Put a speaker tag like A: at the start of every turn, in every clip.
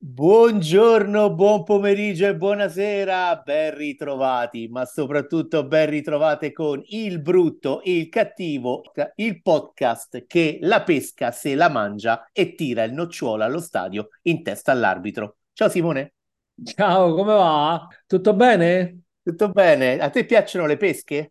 A: Buongiorno, buon pomeriggio e buonasera, ben ritrovati, ma soprattutto ben ritrovate con il brutto, il cattivo, il podcast che la pesca se la mangia e tira il nocciolo allo stadio in testa all'arbitro. Ciao Simone,
B: Ciao, come va? Tutto bene?
A: tutto bene? A te piacciono le pesche?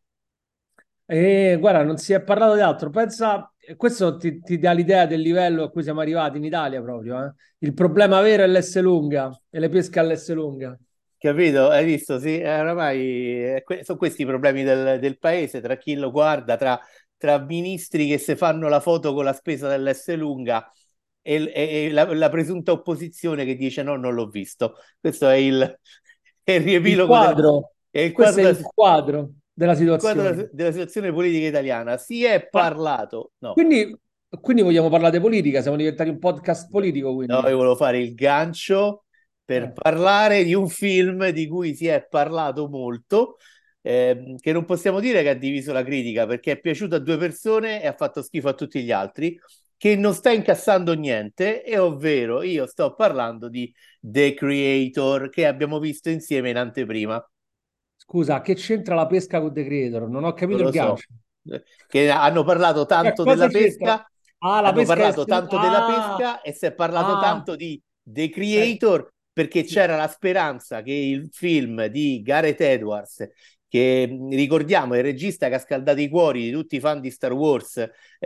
B: Guarda, non si è parlato di altro. Pensa, questo ti dà l'idea del livello a cui siamo arrivati in Italia proprio, eh? Il problema vero è l'S lunga e le pesche all'S lunga.
A: Capito? Hai visto? Sì, oramai sono questi i problemi del paese, tra chi lo guarda, tra ministri che si fanno la foto con la spesa dell'S lunga e la presunta opposizione che dice no, non l'ho visto. Questo è il
B: Il
A: riepilogo
B: quadro,
A: è il
B: questo è
A: quadro,
B: il quadro della
A: il quadro
B: situazione.
A: della situazione politica italiana. Si è
B: Ma
A: parlato, no.
B: quindi, quindi vogliamo parlare di politica? Siamo diventati un podcast politico,
A: No,
B: quindi.
A: io volevo fare il gancio per
B: Eh.
A: parlare di un film di cui si è parlato molto, che non possiamo dire che ha diviso la critica perché è piaciuto a due persone e ha fatto schifo a tutti gli altri, che non sta incassando niente, e ovvero io sto parlando di The Creator che abbiamo visto insieme in anteprima.
B: Scusa, che c'entra la pesca con The Creator? Non ho
A: Non
B: capito il
A: lo so,
B: gancio.
A: che hanno parlato
B: Cioè,
A: tanto
B: cosa
A: della
B: c'entra?
A: pesca,
B: Ah, la
A: hanno
B: pesca è...
A: parlato tanto della
B: Ah,
A: pesca e si è parlato
B: ah,
A: tanto di The
B: eh,
A: Creator perché
B: sì.
A: c'era la speranza che il film di Gareth Edwards, che ricordiamo è il regista che ha scaldato i cuori di tutti i fan di Star Wars,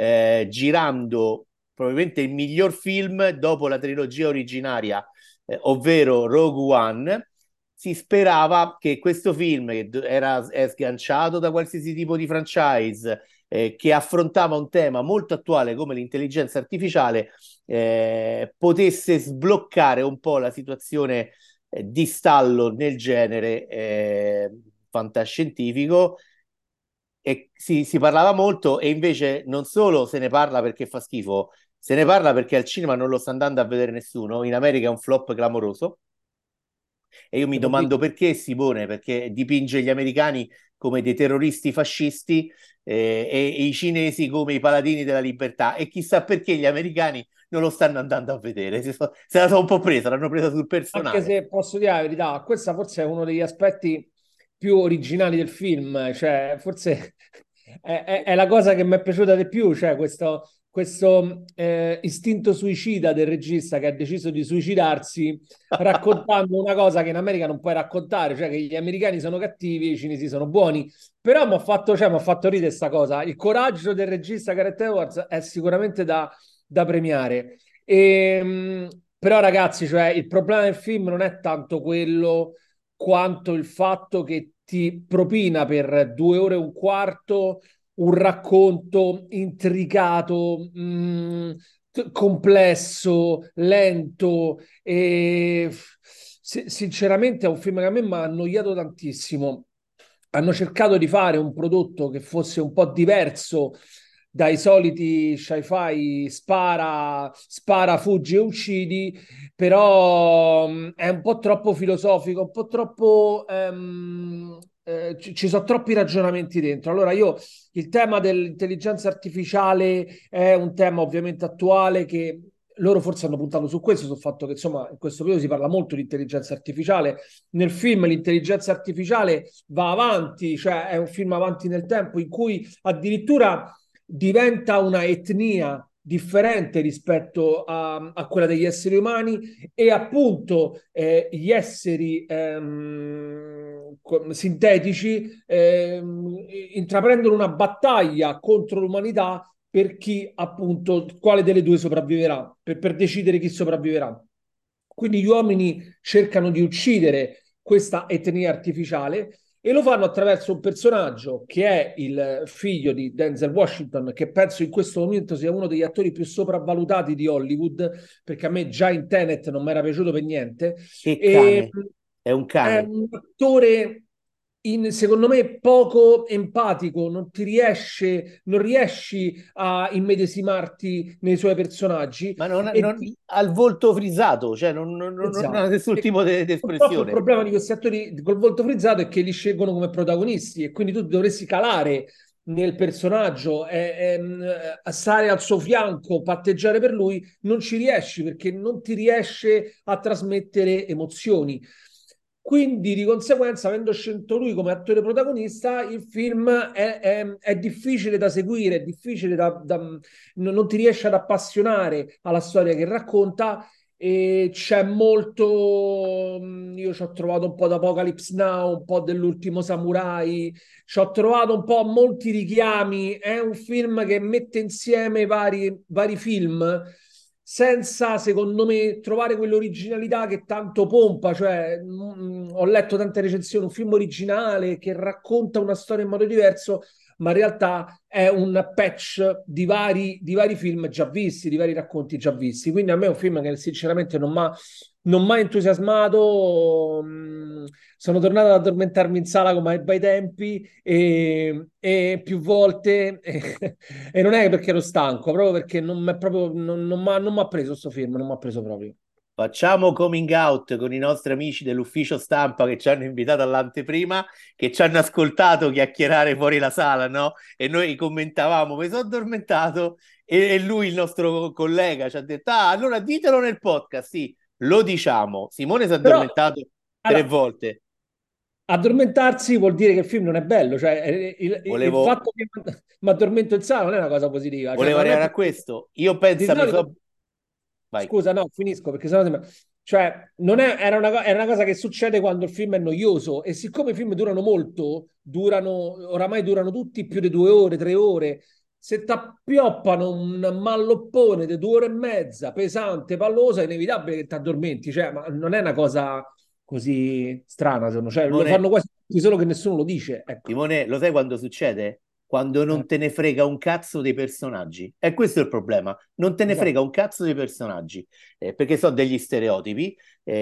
A: girando probabilmente il miglior film dopo la trilogia originaria, ovvero Rogue One. Si sperava che questo film, è sganciato da qualsiasi tipo di franchise, che affrontava un tema molto attuale come l'intelligenza artificiale, potesse sbloccare un po' la situazione di stallo nel genere fantascientifico. E si parlava molto, e invece non solo se ne parla perché fa schifo, se ne parla perché al cinema non lo sta andando a vedere nessuno. In America è un flop clamoroso. E io mi
B: Te l'ho visto.
A: domando perché si pone, perché dipinge gli americani come dei terroristi fascisti, e i cinesi come i paladini della libertà, e chissà perché gli americani non lo stanno andando a vedere. Se la sono un po' presa, l'hanno presa sul
B: Anche
A: personale.
B: se posso dire la verità, questo forse è uno degli aspetti più originali del film, cioè forse è la cosa che mi è piaciuta di più, cioè questo istinto suicida del regista che ha deciso di suicidarsi raccontando una cosa che in America non puoi raccontare, cioè che gli americani sono cattivi e i cinesi sono buoni. Però mi ha fatto ridere questa cosa. Il coraggio del regista Gareth Edwards è sicuramente da premiare. Però, ragazzi, cioè, il problema del film non è tanto quello quanto il fatto che ti propina per 2 ore e un quarto un racconto intricato, complesso, lento e sinceramente è un film che a me mi ha annoiato tantissimo. Hanno cercato di fare un prodotto che fosse un po' diverso dai soliti sci-fi spara, spara, fuggi e uccidi, però è un po' troppo filosofico, un po' troppo... ci sono troppi ragionamenti dentro. Allora, io il tema dell'intelligenza artificiale è un tema ovviamente attuale che loro forse hanno puntato su questo, sul fatto che insomma in questo periodo si parla molto di intelligenza artificiale. Nel film l'intelligenza artificiale va avanti, cioè è un film avanti nel tempo in cui addirittura diventa una etnia differente rispetto a quella degli esseri umani e appunto gli esseri sintetici intraprendono una battaglia contro l'umanità per chi appunto, quale delle due sopravviverà, per decidere chi sopravviverà. Quindi gli uomini cercano di uccidere questa etnia artificiale e lo fanno attraverso un personaggio che è il figlio di Denzel Washington, che penso in questo momento sia uno degli attori più sopravvalutati di Hollywood, perché a me già in Tenet non mi era piaciuto per niente.
A: Che
B: E
A: cane, è un
B: è
A: cane.
B: un attore secondo me poco empatico, non riesci a immedesimarti nei suoi personaggi
A: Ma
B: e ti
A: ha il volto frisato, cioè non ha
B: esatto.
A: nessun
B: E
A: tipo di
B: purtroppo il
A: espressione.
B: problema di questi attori col volto frizzato è che li scelgono come protagonisti e quindi tu dovresti calare nel personaggio, stare al suo fianco, patteggiare per lui, non ci riesci perché non ti riesce a trasmettere emozioni. Quindi, di conseguenza, avendo scelto lui come attore protagonista, il film è difficile da seguire, è difficile non ti riesce ad appassionare alla storia che racconta e c'è molto. Io ci ho trovato un po' d'Apocalypse Now, un po' dell'Ultimo Samurai, ci ho trovato un po' molti richiami. È un film che mette insieme vari film senza, secondo me, trovare quell'originalità che tanto pompa. Cioè, ho letto tante recensioni, un film originale che racconta una storia in modo diverso, ma in realtà è un patch di vari film già visti, di vari racconti già visti. Quindi a me è un film che sinceramente non mi ha entusiasmato. Sono tornato ad addormentarmi in sala come ai bei tempi e più volte e non è perché ero stanco, proprio perché non mi ha preso sto film, non mi ha preso proprio.
A: Facciamo coming out con i nostri amici dell'ufficio stampa che ci hanno invitato all'anteprima, che ci hanno ascoltato chiacchierare fuori la sala, no? E noi commentavamo, mi sono addormentato e lui, il nostro collega, ci ha detto, ah, allora ditelo nel podcast, sì, lo diciamo. Simone si è
B: Però
A: addormentato tre
B: allora,
A: volte.
B: addormentarsi vuol dire che il film non è bello, cioè il
A: Volevo,
B: fatto che mi addormento in sala non è una cosa positiva, cioè
A: volevo
B: non è
A: arrivare a
B: perché
A: questo. Io
B: di
A: penso, mi
B: solito.
A: so... Vai.
B: Scusa, no, finisco perché sennò cioè, non è, era una cosa che succede quando il film è noioso e siccome i film durano molto, oramai durano tutti più di 2 ore, 3 ore, se t'appioppano un malloppone di 2 ore e mezza, pesante, pallosa, è inevitabile che ti addormenti, cioè, ma non è una cosa così strana, secondo me. Cioè, lo
A: Simone,
B: fanno quasi tutti, solo che nessuno lo dice, ecco.
A: Simone, lo sai quando succede? Quando
B: Eh,
A: non te ne frega un cazzo dei personaggi. E questo è il problema. Non te ne frega
B: esatto.
A: un cazzo dei personaggi. Perché so degli stereotipi.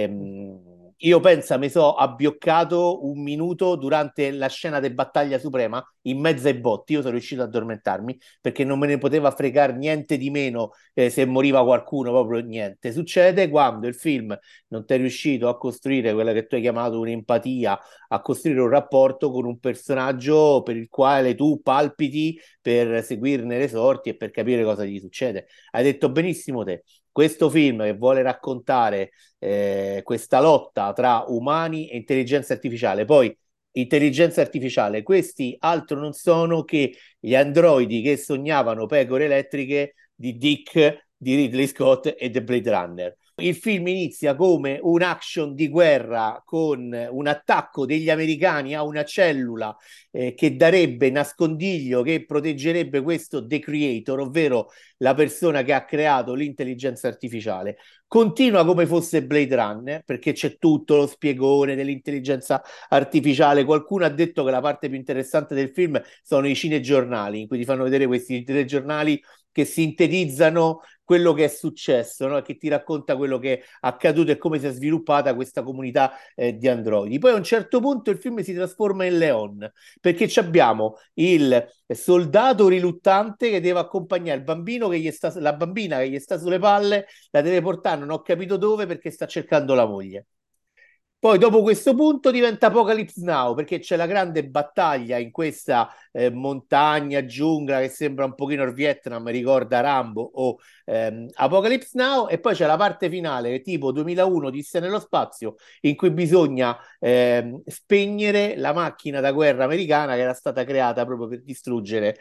A: Io penso, mi so abbioccato un minuto durante la scena di battaglia suprema in mezzo ai botti. Io sono riuscito ad addormentarmi perché non me ne poteva fregare niente di meno se moriva qualcuno, proprio niente. Succede quando il film non ti è riuscito a costruire quella che tu hai chiamato un'empatia, a costruire un rapporto con un personaggio per il quale tu palpiti per seguirne le sorti e per capire cosa gli succede. Hai detto benissimo te. Questo film che vuole raccontare questa lotta tra umani e intelligenza artificiale, poi intelligenza artificiale, questi altro non sono che gli androidi che sognavano pecore elettriche di Dick, di Ridley Scott e The Blade Runner. Il film inizia come un action di guerra con un attacco degli americani a una cellula che darebbe nascondiglio, che proteggerebbe questo The Creator, ovvero la persona che ha creato l'intelligenza artificiale. Continua come fosse Blade Runner, perché c'è tutto lo spiegone dell'intelligenza artificiale. Qualcuno ha detto che la parte più interessante del film sono i cinegiornali, in cui ti fanno vedere questi telegiornali che sintetizzano quello che è successo, no? Che ti racconta quello che è accaduto e come si è sviluppata questa comunità di androidi. Poi a un certo punto il film si trasforma in Leon, perché abbiamo il soldato riluttante che deve accompagnare il bambino che gli sta, la bambina che gli sta sulle palle, la deve portare non ho capito dove perché sta cercando la moglie. Poi dopo questo punto diventa Apocalypse Now perché c'è la grande battaglia in questa montagna, giungla che sembra un pochino il Vietnam, ricorda Rambo o Apocalypse Now e poi c'è la parte finale tipo 2001 Odissea nello spazio in cui bisogna spegnere la macchina da guerra americana che era stata creata proprio per distruggere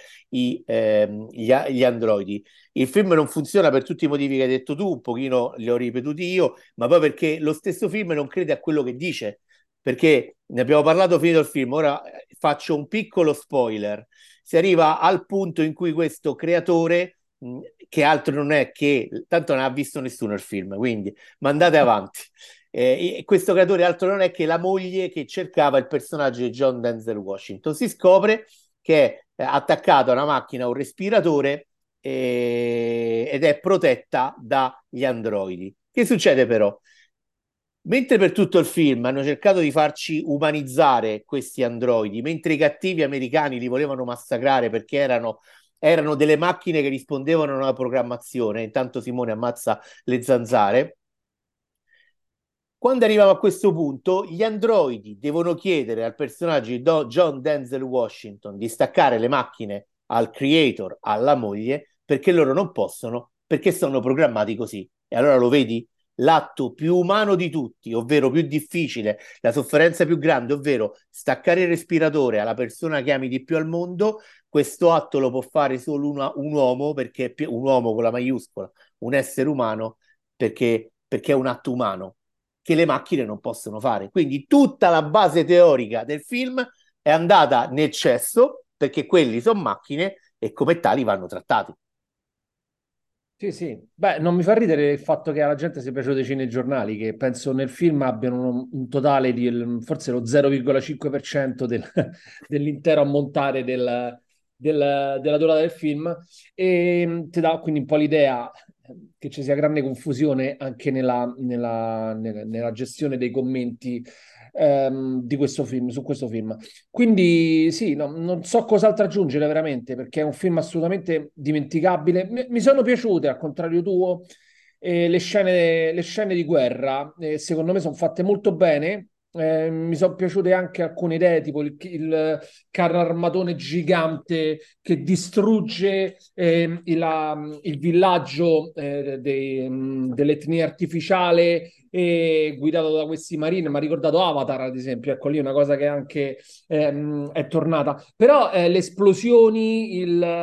A: gli androidi. Il film non funziona per tutti i motivi che hai detto tu, un pochino li ho ripetuti io, ma poi perché lo stesso film non crede a quello che dice, perché ne abbiamo parlato finito il film, ora faccio un piccolo spoiler. Si arriva al punto in cui questo creatore, che altro non è che, tanto non ha visto nessuno il film, quindi mandate avanti. Questo creatore altro non è che la moglie che cercava il personaggio di John Denzel Washington. Si scopre che è attaccato a una macchina, a un respiratore ed è protetta dagli androidi. Che succede però? Mentre per tutto il film hanno cercato di farci umanizzare questi androidi, mentre i cattivi americani li volevano massacrare perché erano delle macchine che rispondevano a una programmazione, intanto Simone ammazza le zanzare, Quando arriviamo a questo punto, gli androidi devono chiedere al personaggio di John Denzel Washington di staccare le macchine al creator, alla moglie, perché loro non possono, perché sono programmati così. E allora lo vedi? L'atto più umano di tutti, ovvero più difficile, la sofferenza più grande, ovvero staccare il respiratore alla persona che ami di più al mondo, questo atto lo può fare solo un uomo, perché è un uomo con la maiuscola, un essere umano, perché è un atto umano che le macchine non possono fare. Quindi tutta la base teorica del film è andata nel cesso perché quelli sono macchine e come tali vanno trattati.
B: Sì, sì. Beh, non mi fa ridere il fatto che alla gente sia piaciuto i cinegiornali, che penso nel film abbiano un totale di forse lo 0,5% dell'intero ammontare della durata del film, e ti dà quindi un po' l'idea che ci sia grande confusione anche nella gestione dei commenti di questo film, su questo film. Quindi sì, non so cos'altro aggiungere veramente, perché è un film assolutamente dimenticabile. Mi sono piaciute, al contrario tuo, le scene di guerra, secondo me sono fatte molto bene. Mi sono piaciute anche alcune idee, tipo il carro armatone gigante che distrugge il villaggio dell'etnia artificiale, guidato da questi marini. Mi ha ricordato Avatar, ad esempio. Ecco, lì è una cosa che anche è tornata. Però le esplosioni,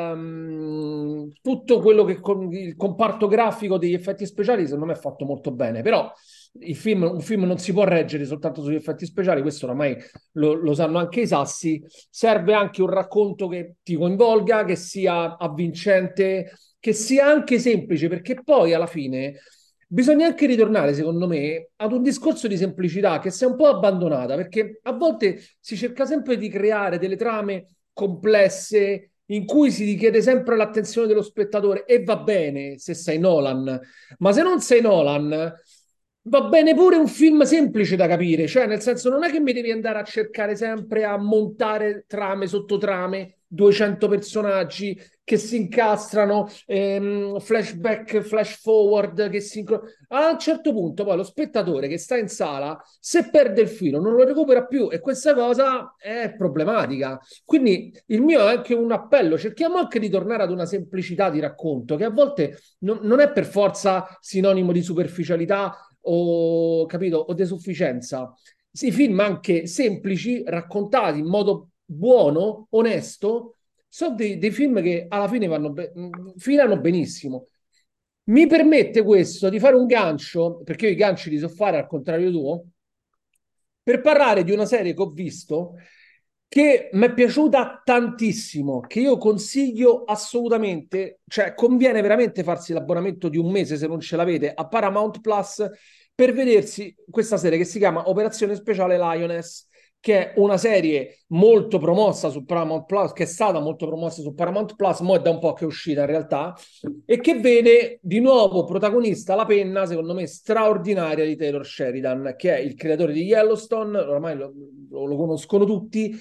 B: tutto quello il comparto grafico degli effetti speciali, secondo me è fatto molto bene. Però un film non si può reggere soltanto sugli effetti speciali, questo oramai lo sanno anche i sassi. Serve anche un racconto che ti coinvolga, che sia avvincente, che sia anche semplice, perché poi alla fine bisogna anche ritornare, secondo me, ad un discorso di semplicità che si è un po' abbandonata, perché a volte si cerca sempre di creare delle trame complesse in cui si richiede sempre l'attenzione dello spettatore, e va bene se sei Nolan, ma se non sei Nolan va bene pure un film semplice da capire, cioè nel senso non è che mi devi andare a cercare sempre a montare trame sottotrame, 200 personaggi che si incastrano, flashback, flash forward, a un certo punto poi lo spettatore che sta in sala, se perde il filo, non lo recupera più, e questa cosa è problematica. Quindi il mio è anche un appello: cerchiamo anche di tornare ad una semplicità di racconto, che a volte non è per forza sinonimo di superficialità o, capito, o desufficienza. Si film anche semplici, raccontati in modo buono, onesto, sono dei film che alla fine filano benissimo. Mi permette questo di fare un gancio, perché io i ganci li so fare al contrario tuo, per parlare di una serie che ho visto, che mi è piaciuta tantissimo, che io consiglio assolutamente. Cioè conviene veramente farsi l'abbonamento di un mese, se non ce l'avete, a Paramount Plus, per vedersi questa serie che si chiama Operazione Speciale Lioness, che è una serie molto promossa su Paramount Plus, che è stata molto promossa su Paramount Plus, mo è da un po' che è uscita in realtà, e che vede di nuovo protagonista la penna, secondo me, straordinaria di Taylor Sheridan, che è il creatore di Yellowstone. Ormai lo conoscono tutti,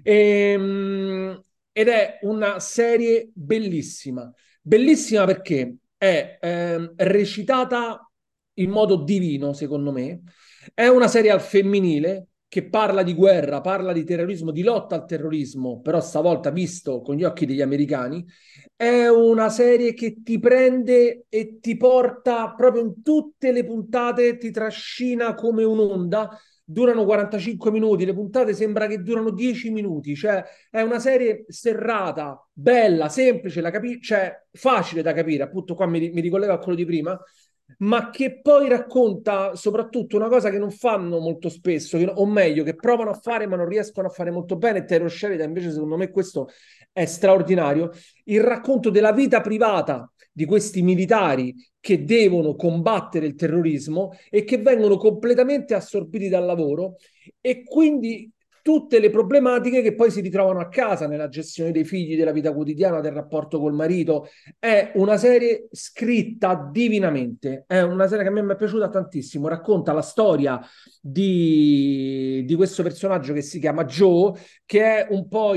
B: ed è una serie bellissima. Bellissima perché è recitata in modo divino, secondo me. È una serie al femminile che parla di guerra, parla di terrorismo, di lotta al terrorismo, però stavolta visto con gli occhi degli americani. È una serie che ti prende e ti porta proprio in tutte le puntate, ti trascina come un'onda. Durano 45 minuti, le puntate sembra che durano 10 minuti, cioè è una serie serrata, bella, semplice, cioè facile da capire, appunto qua mi ricollego a quello di prima, ma che poi racconta soprattutto una cosa che non fanno molto spesso, o meglio, che provano a fare ma non riescono a fare molto bene. Taylor Sheridan invece, secondo me, questo è straordinario: il racconto della vita privata di questi militari che devono combattere il terrorismo e che vengono completamente assorbiti dal lavoro, e quindi tutte le problematiche che poi si ritrovano a casa nella gestione dei figli, della vita quotidiana, del rapporto col marito. È una serie scritta divinamente, è una serie che a me mi è piaciuta tantissimo. Racconta la storia di questo personaggio che si chiama Joe, che è un po'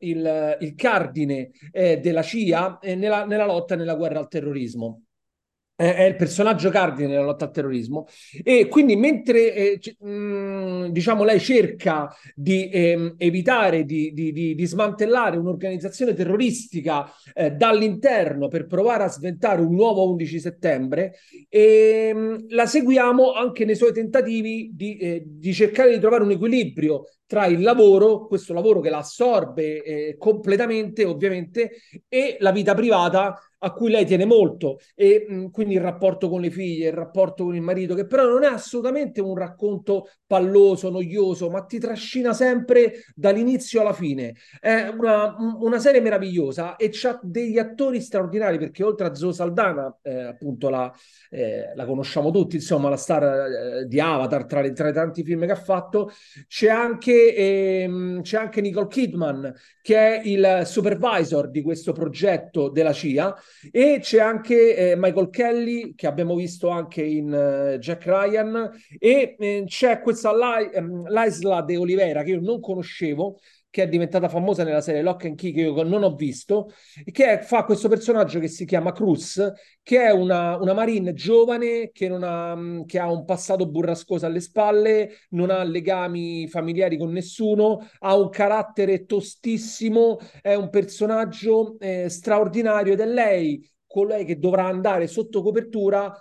B: il cardine della CIA nella lotta e nella guerra al terrorismo. È il personaggio cardine nella lotta al terrorismo e quindi mentre diciamo lei cerca di evitare di smantellare un'organizzazione terroristica dall'interno per provare a sventare un nuovo 11 settembre, la seguiamo anche nei suoi tentativi di cercare di trovare un equilibrio tra il lavoro, questo lavoro che la assorbe completamente ovviamente, e la vita privata a cui lei tiene molto e quindi il rapporto con le figlie, il rapporto con il marito, che però non è assolutamente un racconto palloso, noioso, ma ti trascina sempre dall'inizio alla fine. È una serie meravigliosa e c'ha degli attori straordinari perché oltre a Zoe Saldana, appunto la conosciamo tutti, insomma, la star di Avatar tra i tanti film che ha fatto, c'è anche Nicole Kidman che è il supervisor di questo progetto della CIA e c'è anche Michael Kelly, che abbiamo visto anche in Jack Ryan, e c'è questa Laisla de Oliveira, che io non conoscevo, che è diventata famosa nella serie Lock and Key, che io non ho visto, fa questo personaggio che si chiama Cruz, che è una Marine giovane che ha un passato burrascoso alle spalle, non ha legami familiari con nessuno, ha un carattere tostissimo, è un personaggio straordinario ed è lei, colei che dovrà andare sotto copertura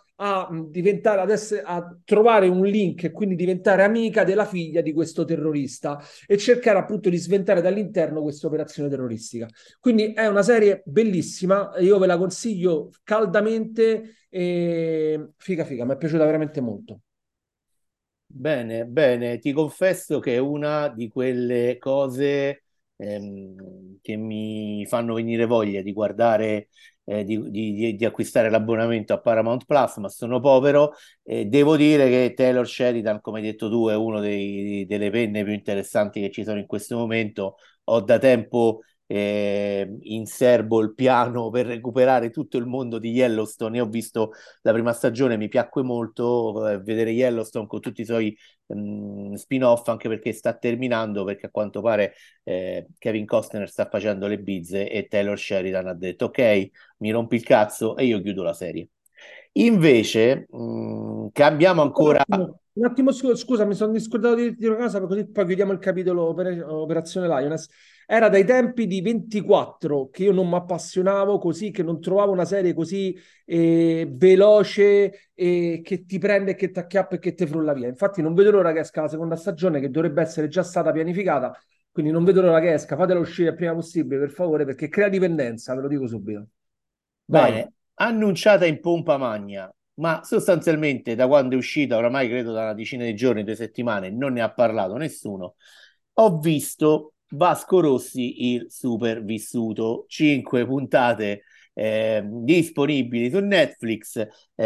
B: a trovare un link e quindi diventare amica della figlia di questo terrorista e cercare appunto di sventare dall'interno questa operazione terroristica. Quindi è una serie bellissima, io ve la consiglio caldamente e figa figa, mi è piaciuta veramente molto.
A: Bene, bene, ti confesso che è una di quelle cose che mi fanno venire voglia di guardare, di acquistare l'abbonamento a Paramount Plus, ma sono povero e devo dire che Taylor Sheridan, come hai detto tu, è uno delle penne più interessanti che ci sono in questo momento. Ho da tempo in serbo il piano per recuperare tutto il mondo di Yellowstone e ho visto la prima stagione, mi piacque molto vedere Yellowstone con tutti i suoi spin-off, anche perché sta terminando, perché a quanto pare Kevin Costner sta facendo le bizze e Taylor Sheridan ha detto ok, mi rompi il cazzo e io chiudo la serie. Invece, cambiamo ancora.
B: Un attimo, scusa, mi sono scordato di dire una cosa, così poi chiudiamo il capitolo Operazione Lioness. Era dai tempi di 24 che io non mi appassionavo così, che non trovavo una serie così veloce e che ti prende, che ti acchiappa e che ti frulla via. Infatti non vedo l'ora che esca la seconda stagione, che dovrebbe essere già stata pianificata, quindi non vedo l'ora che esca. Fatela uscire il prima possibile, per favore, perché crea dipendenza, ve lo dico subito. Vai.
A: Bene, annunciata in pompa magna, ma sostanzialmente da quando è uscita, oramai credo da una decina di giorni, 2 settimane, non ne ha parlato nessuno. Ho visto Vasco Rossi, il supervissuto, 5 puntate disponibili su Netflix,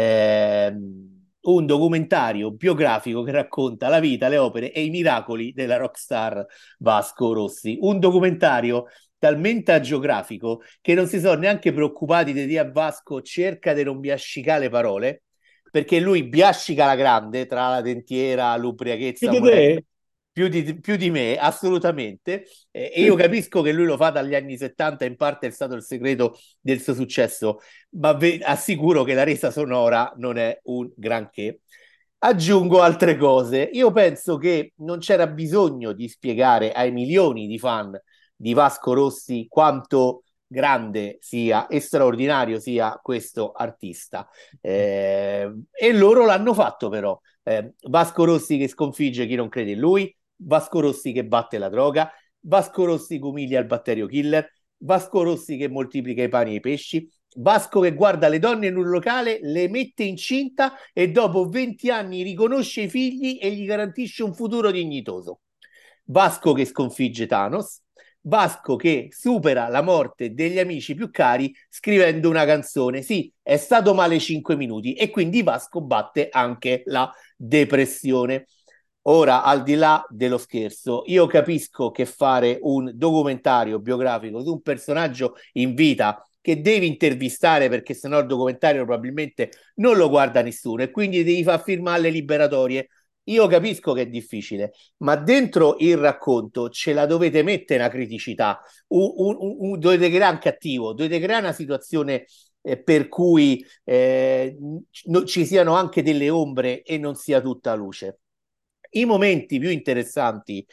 A: un documentario biografico che racconta la vita, le opere e i miracoli della rockstar Vasco Rossi. Un documentario talmente agiografico che non si sono neanche preoccupati di dire a Vasco cerca di non biascicare le parole, perché lui biascica la grande tra la dentiera, l'ubriachezza, amore,
B: Chiudete?
A: più di me, assolutamente. E io capisco che lui lo fa dagli anni 70, in parte è stato il segreto del suo successo, ma assicuro che la resa sonora non è un granché. Aggiungo altre cose. Io penso che non c'era bisogno di spiegare ai milioni di fan di Vasco Rossi quanto grande sia e straordinario sia questo artista. E loro l'hanno fatto però. Vasco Rossi che sconfigge chi non crede in lui, Vasco Rossi che batte la droga, Vasco Rossi che umilia il batterio killer, Vasco Rossi che moltiplica i pani e i pesci, Vasco che guarda le donne in un locale, le mette incinta e dopo 20 anni riconosce i figli e gli garantisce un futuro dignitoso. Vasco che sconfigge Thanos, Vasco che supera la morte degli amici più cari scrivendo una canzone. Sì, è stato male 5 minuti e quindi Vasco batte anche la depressione. Ora, al di là dello scherzo, io capisco che fare un documentario biografico su un personaggio in vita che devi intervistare perché sennò il documentario probabilmente non lo guarda nessuno e quindi devi far firmare le liberatorie. Io capisco che è difficile, ma dentro il racconto ce la dovete mettere una criticità, dovete creare un cattivo, dovete creare una situazione per cui ci siano anche delle ombre e non sia tutta luce. I momenti più interessanti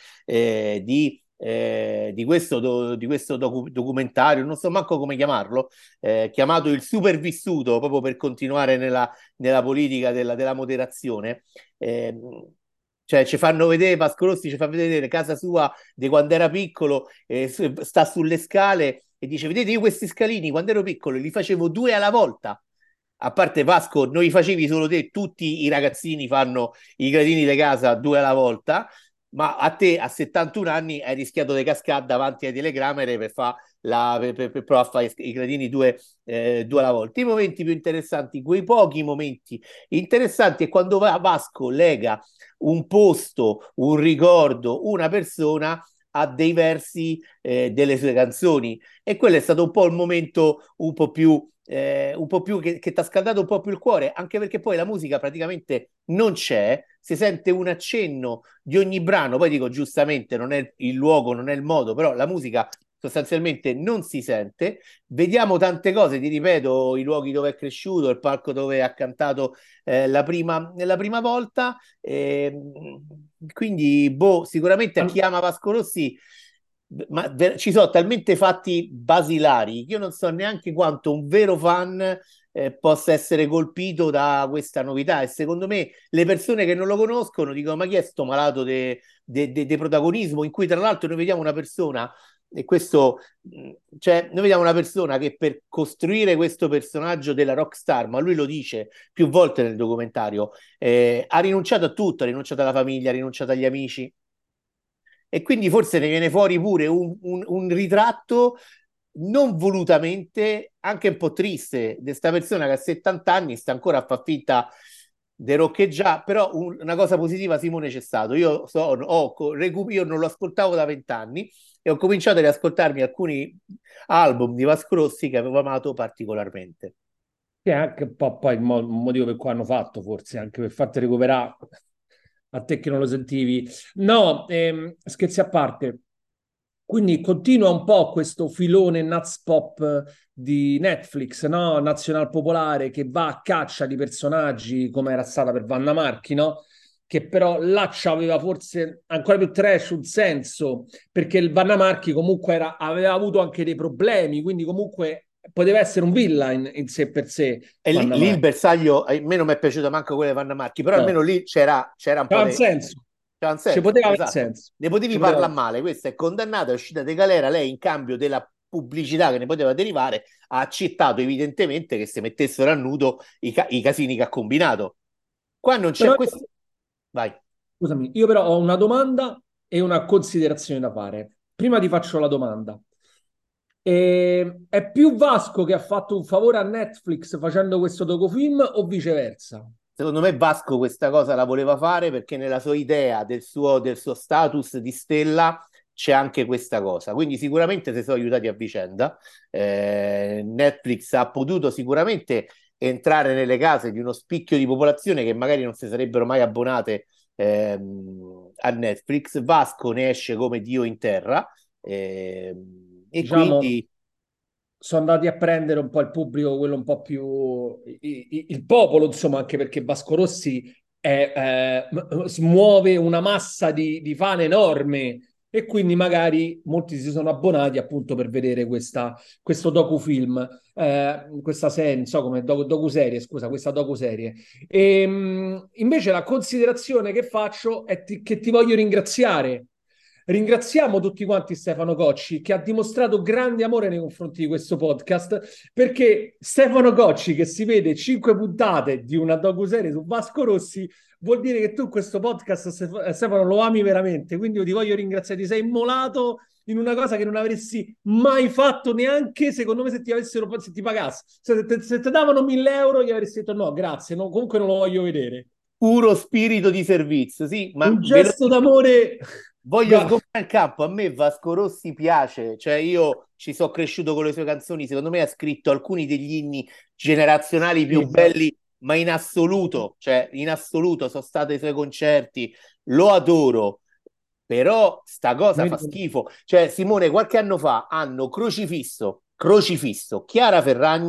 A: di questo documentario, non so manco come chiamarlo, chiamato Il Supervissuto, proprio per continuare nella politica della moderazione. Cioè, ci fanno vedere, Vasco Rossi ci fa vedere casa sua di quando era piccolo, sta sulle scale e dice: Vedete, io questi scalini quando ero piccolo li facevo due alla volta. A parte Vasco, non li facevi solo te, tutti i ragazzini fanno i gradini di casa due alla volta, ma a te a 71 anni hai rischiato di cascare davanti ai telecamere per provare a fare i gradini due alla volta. I momenti più interessanti, quei pochi momenti interessanti, è quando Vasco lega un posto, un ricordo, una persona a dei versi delle sue canzoni, e quello è stato un po' il momento un po' più che ti ha scaldato un po' più il cuore, anche perché poi la musica praticamente non c'è, si sente un accenno di ogni brano. Poi dico, giustamente non è il luogo, non è il modo, però la musica sostanzialmente non si sente. Vediamo tante cose, ti ripeto, i luoghi dove è cresciuto, il palco dove ha cantato la prima volta. Quindi, boh, sicuramente a chi ama Vasco Rossi, ci sono talmente fatti basilari che io non so neanche quanto un vero fan possa essere colpito da questa novità. E secondo me le persone che non lo conoscono dicono: ma chi è sto malato di protagonismo? In cui tra l'altro noi vediamo una persona, e questo, cioè, noi vediamo una persona che per costruire questo personaggio della rockstar, ma lui lo dice più volte nel documentario, ha rinunciato a tutto, ha rinunciato alla famiglia, ha rinunciato agli amici, e quindi forse ne viene fuori pure un ritratto non volutamente anche un po' triste di questa persona che a 70 anni sta ancora a far finta di roccheggiare. Però una cosa positiva, Simone, c'è stato. Io non lo ascoltavo da 20 anni e ho cominciato ad ascoltarmi alcuni album di Vasco Rossi che avevo amato particolarmente.
B: Che è anche un po' poi il motivo per cui hanno fatto, forse, anche per farti recuperare a te che non lo sentivi. No, scherzi a parte. Quindi continua un po' questo filone nuts pop di Netflix, no? Nazional popolare, che va a caccia di personaggi come era stata per Vanna Marchi, no? Che però là aveva forse ancora più trash un senso, perché il Vanna Marchi comunque aveva avuto anche dei problemi, quindi comunque poteva essere un villain in sé per sé,
A: E
B: Vanna
A: lì il
B: Marchi.
A: bersaglio, a me non mi è piaciuta manco quella di Vanna Marchi, però
B: No,
A: almeno lì c'era un po'
B: aveva un
A: di...
B: senso,
A: C'era un
B: ci
A: senso,
B: poteva aver
A: esatto.
B: senso,
A: Ne potevi
B: ci poteva
A: parlare
B: aver
A: male, questa è condannata, è uscita di galera, lei in cambio della pubblicità che ne poteva derivare ha accettato evidentemente che si mettessero a nudo i casini che ha combinato. Qua non c'è
B: Però
A: questo... Vai.
B: scusami, io però ho una domanda e una considerazione da fare. Prima ti faccio la domanda. È più Vasco che ha fatto un favore a Netflix facendo questo docufilm o viceversa?
A: Secondo me Vasco questa cosa la voleva fare perché nella sua idea del suo status di stella c'è anche questa cosa. Quindi sicuramente si sono aiutati a vicenda. Netflix ha potuto sicuramente entrare nelle case di uno spicchio di popolazione che magari non si sarebbero mai abbonate a Netflix. Vasco ne esce come Dio in terra, e
B: Diciamo,
A: quindi
B: sono andati a prendere un po' il pubblico, quello un po' più il popolo, insomma, anche perché Vasco Rossi smuove una massa di fan enorme e quindi magari molti si sono abbonati appunto per vedere questo docufilm, questa serie, non so come docuserie, scusa, questa docuserie. Invece la considerazione che faccio è che ti voglio ringraziare. Ringraziamo tutti quanti Stefano Gocci che ha dimostrato grande amore nei confronti di questo podcast, perché Stefano Gocci che si vede 5 puntate di una docuserie su Vasco Rossi vuol dire che tu questo podcast, Stefano, lo ami veramente. Quindi io ti voglio ringraziare, ti sei immolato in una cosa che non avresti mai fatto neanche, secondo me, se ti avessero, se ti pagassero. Se ti davano 1.000 euro gli avresti detto no, grazie, no, comunque non lo voglio vedere.
A: puro spirito di servizio, sì, ma
B: Un gesto d'amore.
A: voglio sgombrare il campo. A me Vasco Rossi piace, cioè io ci sono cresciuto con le sue canzoni, secondo me ha scritto alcuni degli inni generazionali più
B: Sì, ma
A: belli, ma in assoluto, cioè in assoluto sono stati i suoi concerti, lo adoro, però sta cosa fa schifo. Cioè Simone, qualche anno fa hanno crocifisso Chiara Ferragni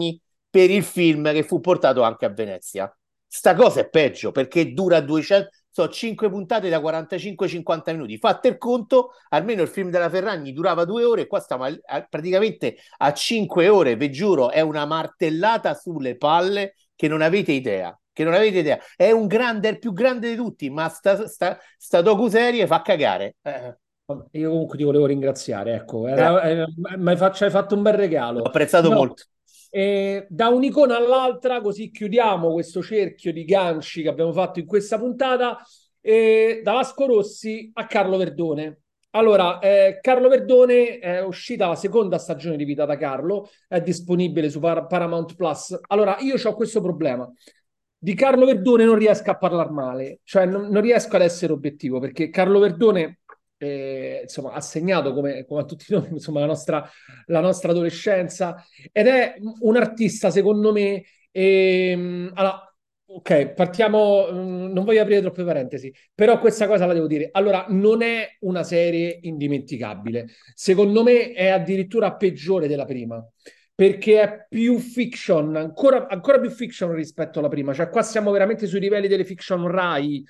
A: per il film che fu portato anche a Venezia. Sta cosa è peggio perché dura 200, so, 5 puntate da 45-50 minuti. Fate il conto, almeno il film della Ferragni durava 2 ore, qua stiamo praticamente a 5 ore, vi giuro, è una martellata sulle palle che non avete idea. Che non avete idea, è è il più grande di tutti, ma sta docuserie fa cagare.
B: Io comunque ti volevo ringraziare, ecco,
A: L'ho
B: ci hai fatto un bel regalo.
A: apprezzato
B: No,
A: molto.
B: da un'icona all'altra, così chiudiamo questo cerchio di ganci che abbiamo fatto in questa puntata, da Vasco Rossi a Carlo Verdone. Allora, Carlo Verdone è uscita la seconda stagione di Vita da Carlo, è disponibile su Paramount Plus. Allora, io ho questo problema. Di Carlo Verdone non riesco a parlare male, cioè non riesco ad essere obiettivo perché Carlo Verdone insomma, ha segnato come a tutti noi insomma, la nostra adolescenza ed è un artista secondo me. Allora, ok, partiamo, non voglio aprire troppe parentesi, però questa cosa la devo dire. Allora, non è una serie indimenticabile, secondo me è addirittura peggiore della prima perché è più fiction, ancora più fiction rispetto alla prima. Cioè, qua siamo veramente sui livelli delle fiction Rai.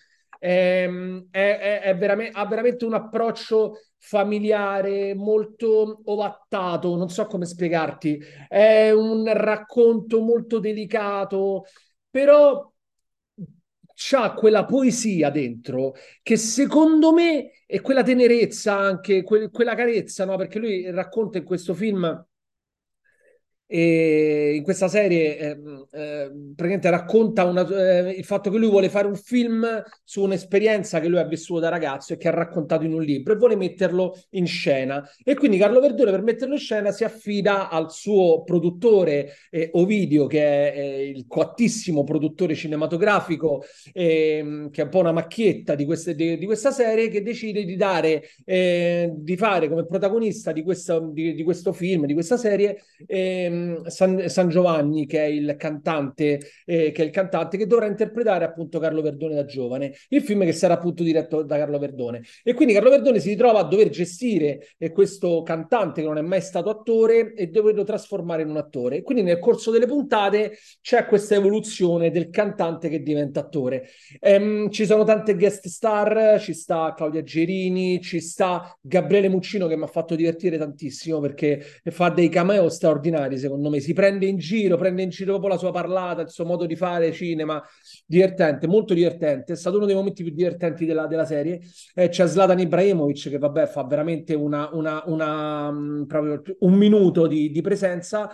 B: Ha veramente un approccio familiare molto ovattato, non so come spiegarti. È un racconto molto delicato, però c'ha quella poesia dentro che secondo me e quella tenerezza anche, quella carezza, no? Perché lui racconta in questo film e in questa serie praticamente racconta il fatto che lui vuole fare un film su un'esperienza che lui ha vissuto da ragazzo e che ha raccontato in un libro e vuole metterlo in scena. E quindi Carlo Verdone per metterlo in scena si affida al suo produttore Ovidio, che è il coattissimo produttore cinematografico, che è un po' una macchietta di questa serie, che decide di fare come protagonista di questo film, di questa serie, San Giovanni, che è il cantante che dovrà interpretare appunto Carlo Verdone da giovane, il film che sarà appunto diretto da Carlo Verdone. E quindi Carlo Verdone si ritrova a dover gestire questo cantante che non è mai stato attore e doverlo trasformare in un attore. E quindi nel corso delle puntate c'è questa evoluzione del cantante che diventa attore. Ci sono tante guest star, ci sta Claudia Gerini, ci sta Gabriele Muccino che mi ha fatto divertire tantissimo perché fa dei cameo straordinari, secondo me. Si prende in giro proprio la sua parlata, il suo modo di fare cinema, divertente, molto divertente. È stato uno dei momenti più divertenti della serie. C'è Zlatan Ibrahimovic che, vabbè, fa veramente proprio un minuto di presenza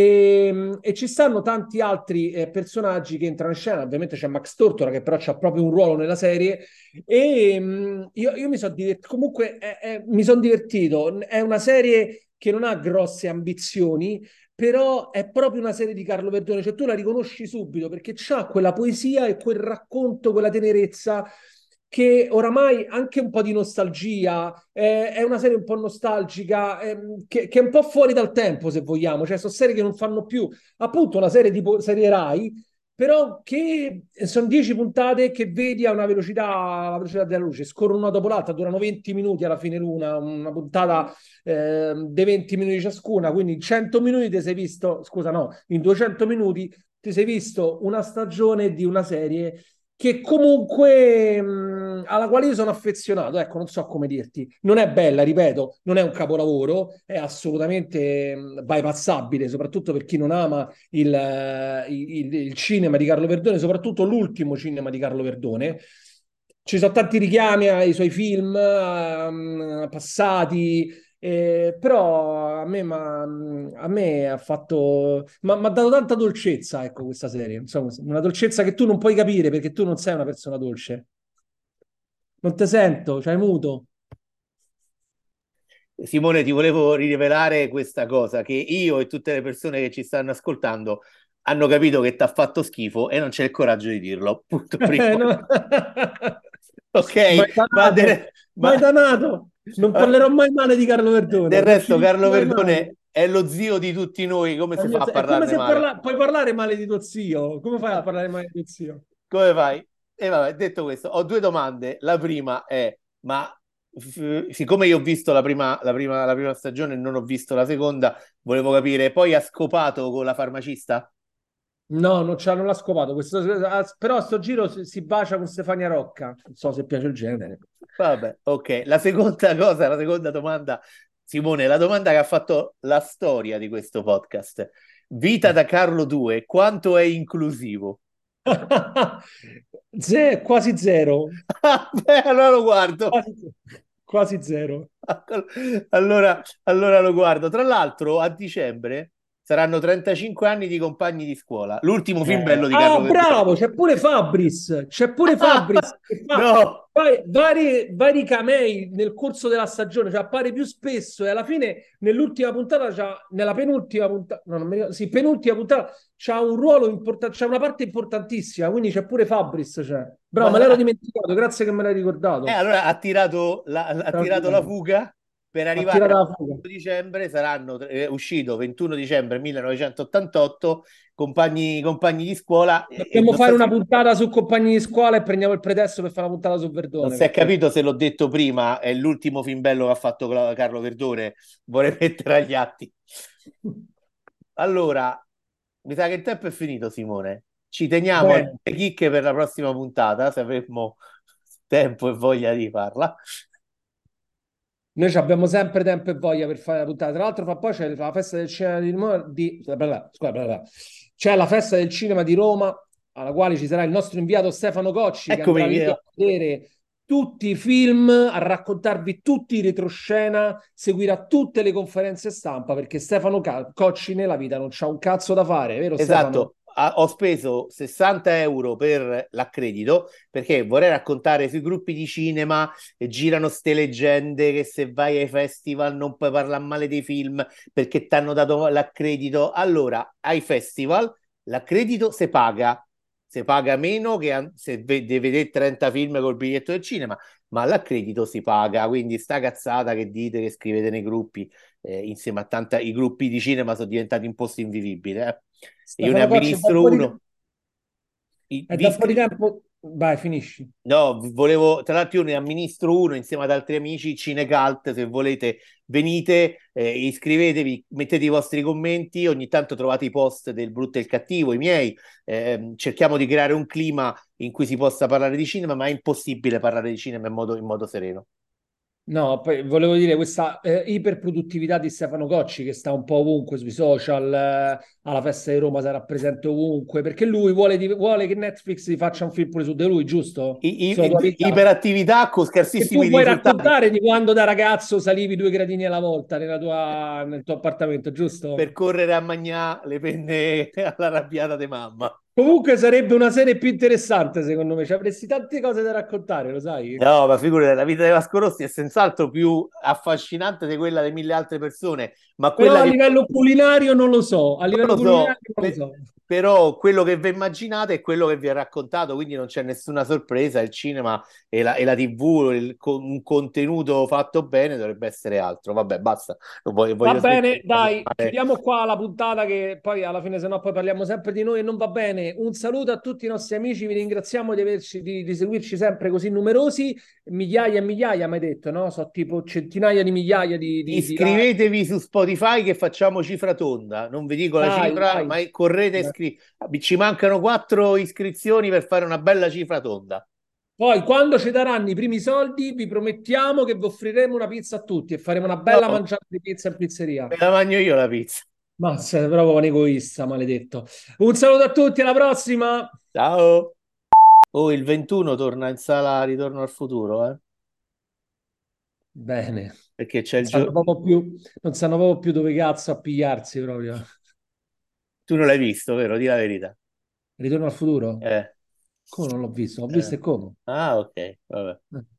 B: e ci stanno tanti altri personaggi che entrano in scena. Ovviamente c'è Max Tortora che però c'ha proprio un ruolo nella serie e io mi sono divertito. Comunque mi sono divertito. È una serie che non ha grosse ambizioni, però è proprio una serie di Carlo Verdone, cioè tu la riconosci subito perché c'ha quella poesia e quel racconto, quella tenerezza che oramai anche un po' di nostalgia, è una serie un po' nostalgica, che è un po' fuori dal tempo se vogliamo, cioè sono serie che non fanno più appunto una serie tipo serie Rai, però che sono 10 puntate che vedi a una velocità, alla velocità della luce, scorrono una dopo l'altra, durano 20 minuti alla fine l'una, una puntata dei 20 minuti ciascuna, quindi in 100 minuti ti sei visto, scusa no, in 200 minuti ti sei visto una stagione di una serie che comunque alla quale io sono affezionato, ecco, non so come dirti. Non è bella, ripeto, non è un capolavoro, è assolutamente bypassabile, soprattutto per chi non ama il cinema di Carlo Verdone, soprattutto l'ultimo cinema di Carlo Verdone. Ci sono tanti richiami ai suoi film passati, però a me ha fatto, m'ha dato tanta dolcezza, ecco, questa serie. Insomma, una dolcezza che tu non puoi capire perché tu non sei una persona dolce. Non ti sento, c'hai muto.
A: Simone, ti volevo rivelare questa cosa, che io e tutte le persone che ci stanno ascoltando hanno capito che ti ha fatto schifo e non c'è il coraggio di dirlo. Punto primo.
B: No.
A: Ok,
B: Mai
A: ma,
B: danato, mai danato. Non parlerò mai male di Carlo
A: del
B: Verdone, non ci
A: resto
B: dico
A: Carlo
B: mai male.
A: Verdone è lo zio di tutti noi, come si fa a
B: È come
A: parlarne
B: se
A: male?
B: puoi parlare male di tuo zio. Come fai a parlare male di tuo zio?
A: Come fai? E vabbè, detto questo, ho due domande. La prima è, ma siccome io ho visto la prima stagione e non ho visto la seconda, volevo capire, poi ha scopato con la farmacista?
B: No, non l'ha scopato. Però a sto giro si bacia con Stefania Rocca. Non so se piace il genere.
A: Vabbè, ok. La seconda cosa, la seconda domanda, Simone, la domanda che ha fatto la storia di questo podcast. Vita da Carlo 2, quanto è inclusivo?
B: Quasi zero.
A: Ah, beh, allora lo guardo.
B: Quasi, quasi zero.
A: Allora lo guardo. Tra l'altro, a dicembre saranno 35 anni di compagni di scuola. L'ultimo film bello di Carlo
B: Ah,
A: Verdone.
B: bravo, c'è pure Fabris. C'è pure Fabris che fa
A: No,
B: vari camei nel corso della stagione, cioè appare più spesso e alla fine nell'ultima puntata, nella penultima puntata, no, non mi ricordo, sì, penultima puntata, c'ha un ruolo importante, c'è una parte importantissima, quindi c'è pure Fabris. Cioè. Bravo, me l'ero
A: ma
B: dimenticato, grazie che me l'hai ricordato.
A: allora ha tirato la fuga per
B: Ha
A: arrivare
B: tirato
A: al
B: la fuga.
A: 21 dicembre, saranno uscito 21 dicembre 1988, compagni di scuola, e
B: Dobbiamo
A: non
B: fare
A: so
B: una
A: se,
B: puntata su compagni di scuola e prendiamo il pretesto per fare una puntata su
A: non
B: Verdone,
A: si è
B: perché
A: capito se l'ho detto prima, è l'ultimo film bello che ha fatto Carlo Verdone, vorrei mettere agli atti. Allora, mi sa che il tempo è finito, Simone. Ci teniamo
B: bene.
A: alle chicche per la prossima puntata, se avremo tempo e voglia di farla.
B: Noi abbiamo sempre tempo e voglia per fare la puntata. Tra l'altro, fra poi c'è la festa del cinema di Roma. Scusa, c'è la festa del cinema di Roma, alla quale ci sarà il nostro inviato Stefano Cocci, che andrà
A: Eccomi,
B: lì a vedere tutti i film, a raccontarvi tutti i retroscena, seguirà tutte le conferenze stampa, perché Stefano Cocci nella vita non c'ha un cazzo da fare, vero Stefano?
A: esatto, ho speso 60 euro per l'accredito perché vorrei raccontare sui gruppi di cinema e girano ste leggende che se vai ai festival non puoi parlare male dei film perché ti hanno dato l'accredito. Allora, ai festival l'accredito si paga meno che se devi vedere 30 film col biglietto del cinema, ma l'accredito si paga, quindi sta cazzata che dite, che scrivete nei gruppi, insieme a tanta, i gruppi di cinema sono diventati un posto invivibile, eh. Io ne
B: Stefano Cocci
A: amministro uno.
B: è da un po' di tempo. Vai, finisci.
A: No, volevo, tra l'altro io ne amministro uno insieme ad altri amici, Cinecult, se volete venite, iscrivetevi, mettete i vostri commenti, ogni tanto trovate i post del brutto e il cattivo, i miei, cerchiamo di creare un clima in cui si possa parlare di cinema, ma è impossibile parlare di cinema in modo sereno.
B: No, poi volevo dire questa iperproduttività di Stefano Cocci che sta un po' ovunque sui social, alla festa di Roma sarà presente ovunque, perché lui vuole che Netflix gli faccia un film pure su di lui, giusto? Sulla tua vita.
A: Iperattività con
B: E
A: scarsissimi
B: tu vuoi
A: risultati.
B: raccontare di quando da ragazzo salivi 2 gradini alla volta nel tuo appartamento,
A: Per
B: giusto?
A: correre a mangiare le penne all'arrabbiata di mamma.
B: Comunque sarebbe una serie più interessante, secondo me. Ci avresti tante cose da raccontare, lo sai?
A: No, ma figurati, la vita di Vasco Rossi è senz'altro più affascinante di quella di mille altre persone, ma
B: Però
A: quella
B: a
A: che
B: livello culinario non lo so. A
A: non
B: livello
A: lo so,
B: culinario non lo so.
A: però quello che vi immaginate è quello che vi ha raccontato, quindi non c'è nessuna sorpresa. Il cinema e la TV, un contenuto fatto bene dovrebbe essere altro. Vabbè, basta, non
B: Va
A: voglio smettere
B: bene,
A: di
B: dai,
A: parlare.
B: chiudiamo qua la puntata che poi alla fine se no poi parliamo sempre di noi e non va bene. Un saluto a tutti i nostri amici, vi ringraziamo di seguirci sempre così numerosi, migliaia e migliaia, mi hai detto, no? So tipo centinaia di migliaia di like.
A: Iscrivetevi su Spotify che facciamo cifra tonda. Non vi dico la
B: Dai,
A: cifra,
B: dai.
A: ma correte ci mancano 4 iscrizioni per fare una bella cifra tonda.
B: Poi quando ci daranno i primi soldi vi promettiamo che vi offriremo una pizza a tutti e faremo una bella
A: No,
B: mangiata di pizza in pizzeria.
A: me la mangio io la pizza.
B: Ma sei proprio un egoista, maledetto. Un saluto a tutti, alla prossima!
A: Ciao. Oh, il 21 torna in sala Ritorno al futuro,
B: Bene.
A: perché c'è
B: Non
A: il
B: sanno
A: gioco.
B: proprio più, non sanno proprio più dove cazzo appigliarsi proprio.
A: Tu non l'hai visto, vero? Di la verità.
B: Ritorno al futuro?
A: Eh,
B: Come non l'ho visto? L'ho visto
A: eh.
B: e come?
A: Ah, ok, vabbè.